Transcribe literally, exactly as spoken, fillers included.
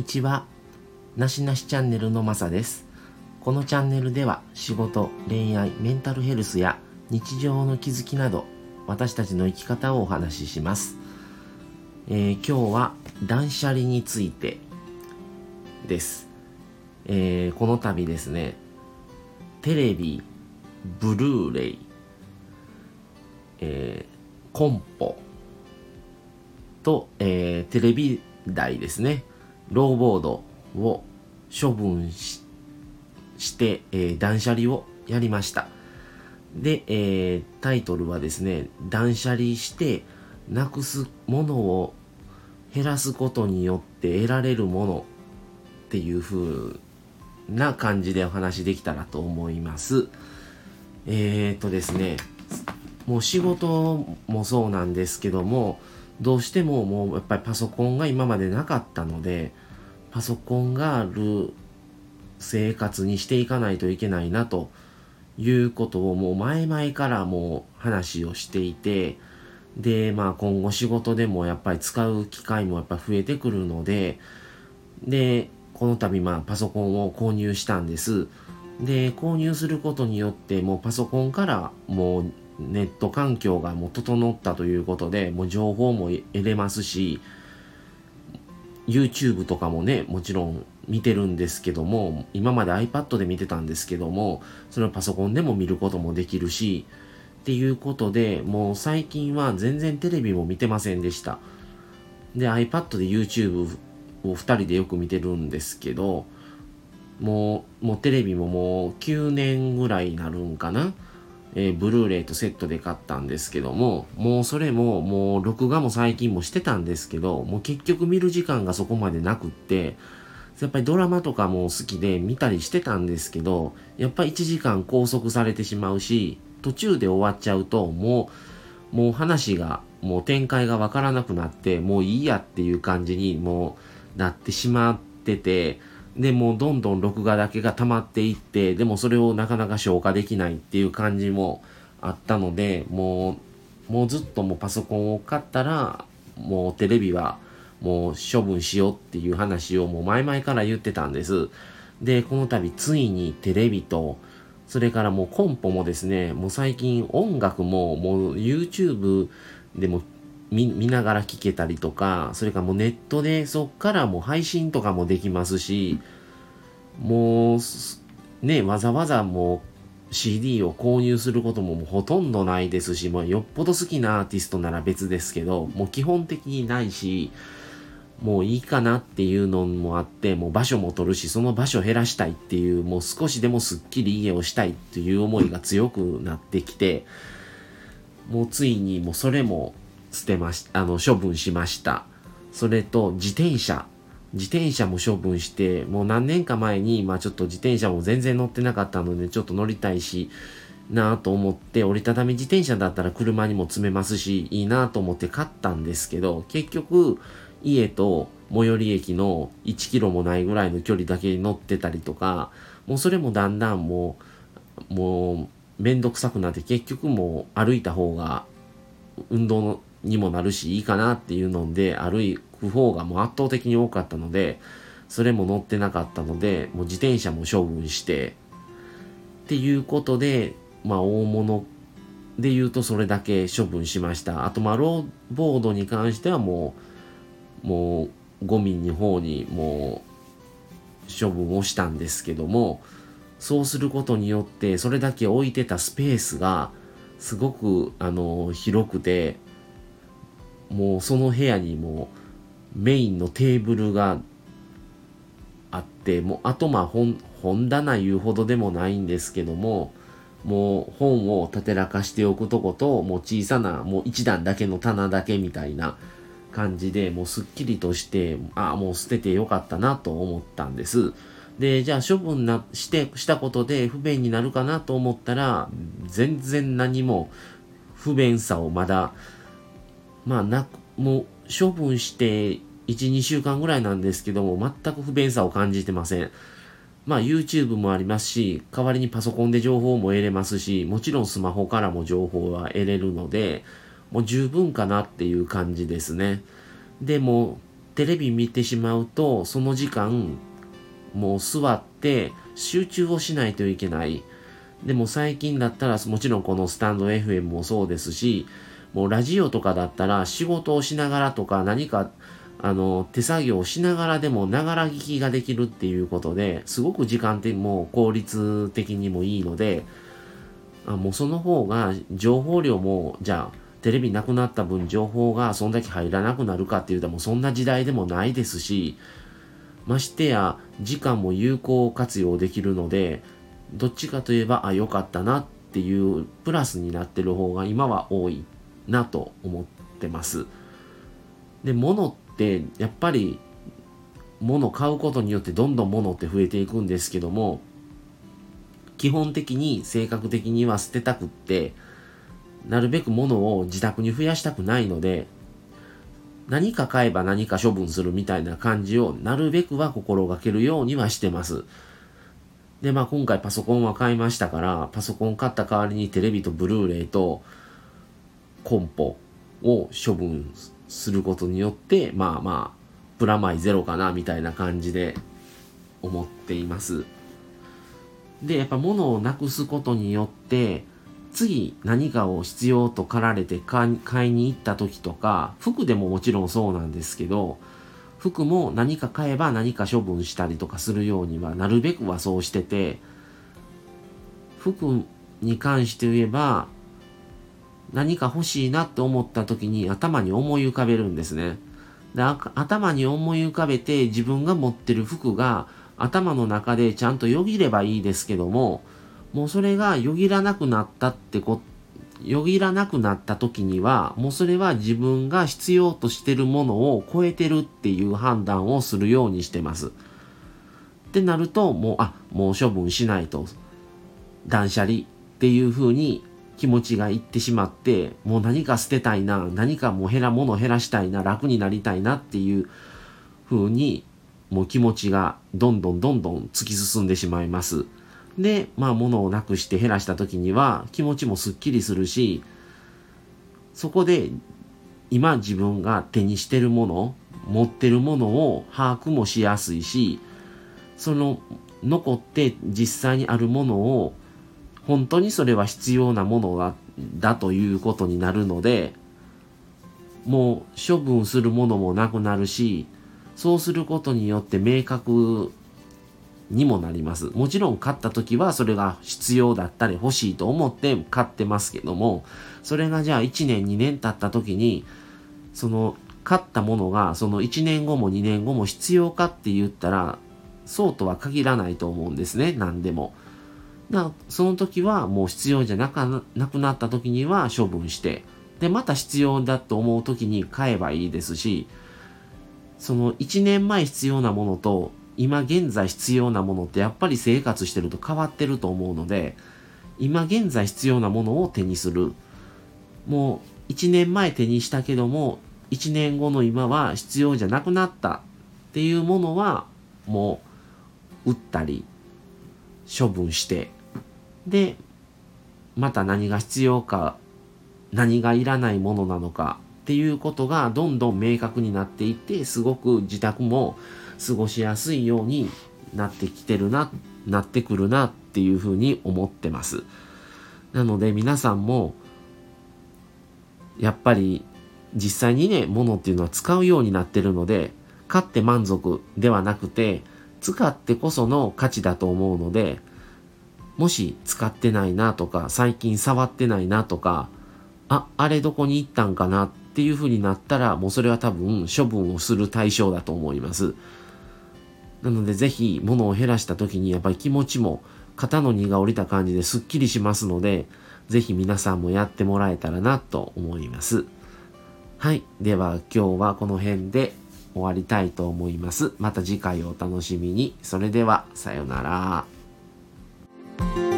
ちは。なしなしチャンネルのまさです。このチャンネルでは仕事、恋愛、メンタルヘルスや日常の気づきなど私たちの生き方をお話しします。えー、今日は断捨離についてです。えー、この度ですね、テレビ、ブルーレイ、えー、コンポと、えー、テレビ台ですね、ローボードを処分 し, して、えー、断捨離をやりました。で、えー、タイトルはですね、断捨離してなくすものを減らすことによって得られるものっていう風な感じでお話できたらと思います。えーっとですね、もう仕事もそうなんですけども、どうしてももうやっぱりパソコンが今までなかったので、パソコンがある生活にしていかないといけないなということをもう前々からもう話をしていて、でまあ今後仕事でもやっぱり使う機会もやっぱ増えてくるので、でこの度まあパソコンを購入したんです。で購入することによってもうパソコンからもうネット環境がもう整ったということで、もう情報も得れますし、 YouTube とかもねもちろん見てるんですけども、今まで iPad で見てたんですけども、それをパソコンでも見ることもできるしっていうことで、もう最近は全然テレビも見てませんでした。で iPad で YouTube をふたりでよく見てるんですけど、もうもうテレビももうきゅうねんぐらいになるんかな、えー、ブルーレイとセットで買ったんですけども、もうそれももう録画も最近もしてたんですけど、もう結局見る時間がそこまでなくって、やっぱりドラマとかも好きで見たりしてたんですけど、やっぱりいちじかん拘束されてしまうし、途中で終わっちゃうともうもう話がもう展開がわからなくなって、もういいやっていう感じにもうなってしまってて、でもうどんどん録画だけが溜まっていって、でもそれをなかなか消化できないっていう感じもあったので、もうもうずっともうパソコンを買ったらもうテレビはもう処分しようっていう話をもう前々から言ってたんです。でこの度ついにテレビと、それからもうコンポもですね、もう最近音楽ももう YouTube でも見, 見ながら聴けたりとか、それからもうネットでそっからもう配信とかもできますし、もうねわざわざもう シーディー を購入することももうほとんどないですし、もうよっぽど好きなアーティストなら別ですけど、もう基本的にないし、もういいかなっていうのもあって、もう場所も取るし、その場所を減らしたいっていう、もう少しでもすっきり家をしたいっていう思いが強くなってきて、もうついにもうそれも捨てましあの処分しました。それと自転車自転車も処分して、もう何年か前にまあちょっと自転車も全然乗ってなかったので、ちょっと乗りたいしなぁと思って、折りたたみ自転車だったら車にも積めますしいいなと思って買ったんですけど、結局家と最寄り駅のいちキロもないぐらいの距離だけ乗ってたりとか、もうそれもだんだんもうもうめんどくさくなって、結局もう歩いた方が運動にもなるしいいかなっていうので歩く方がもう圧倒的に多かったので、それも乗ってなかったので、もう自転車も処分してっていうことで、まあ大物で言うとそれだけ処分しました。あとまあローボードに関してはもうもうゴミの方にもう処分をしたんですけども、そうすることによってそれだけ置いてたスペースがすごくあの広くて、もうその部屋にもメインのテーブルがあって、もうあとまあ本本棚いうほどでもないんですけども、もう本を立てらかしておくとこと、もう小さなもう一段だけの棚だけみたいな感じで、もうすっきりとして、ああもう捨ててよかったなと思ったんです。でじゃあ処分なしてしたことで不便になるかなと思ったら、全然何も不便さをまだまあなもう処分していち、にしゅうかんぐらいなんですけども、全く不便さを感じてません。まあ YouTube もありますし、代わりにパソコンで情報も得れますし、もちろんスマホからも情報は得れるので、もう十分かなっていう感じですね。でもテレビ見てしまうと、その時間もう座って集中をしないといけない。でも最近だったらもちろんこのスタンド エフエム もそうですし、もうラジオとかだったら仕事をしながらとか何かあの手作業をしながらでもながら聞きができるっていうことで、すごく時間的も効率的にもいいので、あもうその方が情報量も、じゃあテレビなくなった分情報がそんだけ入らなくなるかっていうと、もうそんな時代でもないですし、ましてや時間も有効活用できるので、どっちかといえばあ良かったなっていうプラスになってる方が今は多いなと思ってます。で、物ってやっぱり物買うことによってどんどん物って増えていくんですけども、基本的に性格的には捨てたくって、なるべく物を自宅に増やしたくないので、何か買えば何か処分するみたいな感じをなるべくは心がけるようにはしてます。で、まあ今回パソコンは買いましたから、パソコン買った代わりにテレビとブルーレイとコンポを処分することによって、まあまあ、プラマイゼロかなみたいな感じで思っています。で、やっぱ物をなくすことによって、次何かを必要と駆られて買いに行った時とか、服でももちろんそうなんですけど、服も何か買えば何か処分したりとかするようにはなるべくはそうしてて、服に関して言えば何か欲しいなって思った時に頭に思い浮かべるんですね。で、頭に思い浮かべて自分が持ってる服が頭の中でちゃんとよぎればいいですけども、もうそれがよぎらなくなったってこよぎらなくなった時には、もうそれは自分が必要としてるものを超えてるっていう判断をするようにしてます。ってなると、もう、あ、もう処分しないと、断捨離っていう風に気持ちがいってしまって、もう何か捨てたいな、何かもう減ら、物を減らしたいな、楽になりたいなっていう風に、もう気持ちがどんどんどんどん突き進んでしまいます。で、まあ物をなくして減らした時には気持ちもすっきりするし、そこで今自分が手にしてるもの、持ってるものを把握もしやすいし、その残って実際にあるものを本当にそれは必要なものだ、だということになるので、もう処分するものもなくなるし、そうすることによって明確にもなります。もちろん買った時はそれが必要だったり欲しいと思って買ってますけども、それがじゃあいちねんにねん経った時に、その買ったものがそのいちねんごもにねんごも必要かって言ったら、そうとは限らないと思うんですね。何でも。だその時はもう必要じゃなかなくなった時には処分して、でまた必要だと思う時に買えばいいですし、そのいちねんまえ必要なものと今現在必要なものってやっぱり生活してると変わってると思うので、今現在必要なものを手にする。もういちねんまえ手にしたけども、いちねんごの今は必要じゃなくなったっていうものはもう売ったり処分して、でまた何が必要か、何がいらないものなのかっていうことがどんどん明確になっていって、すごく自宅も過ごしやすいようになってきてるな、なってくるなっていうふうに思ってます。なので皆さんもやっぱり実際にね、物っていうのは使うようになってるので、買って満足ではなくて、使ってこその価値だと思うので、もし使ってないなとか、最近触ってないなとか、あ、あれどこに行ったんかなっていう風になったら、もうそれは多分処分をする対象だと思います。なのでぜひ物を減らした時にやっぱり気持ちも肩の荷が下りた感じですっきりしますので、ぜひ皆さんもやってもらえたらなと思います。はい。では今日はこの辺で終わりたいと思います。また次回をお楽しみに。それではさようなら。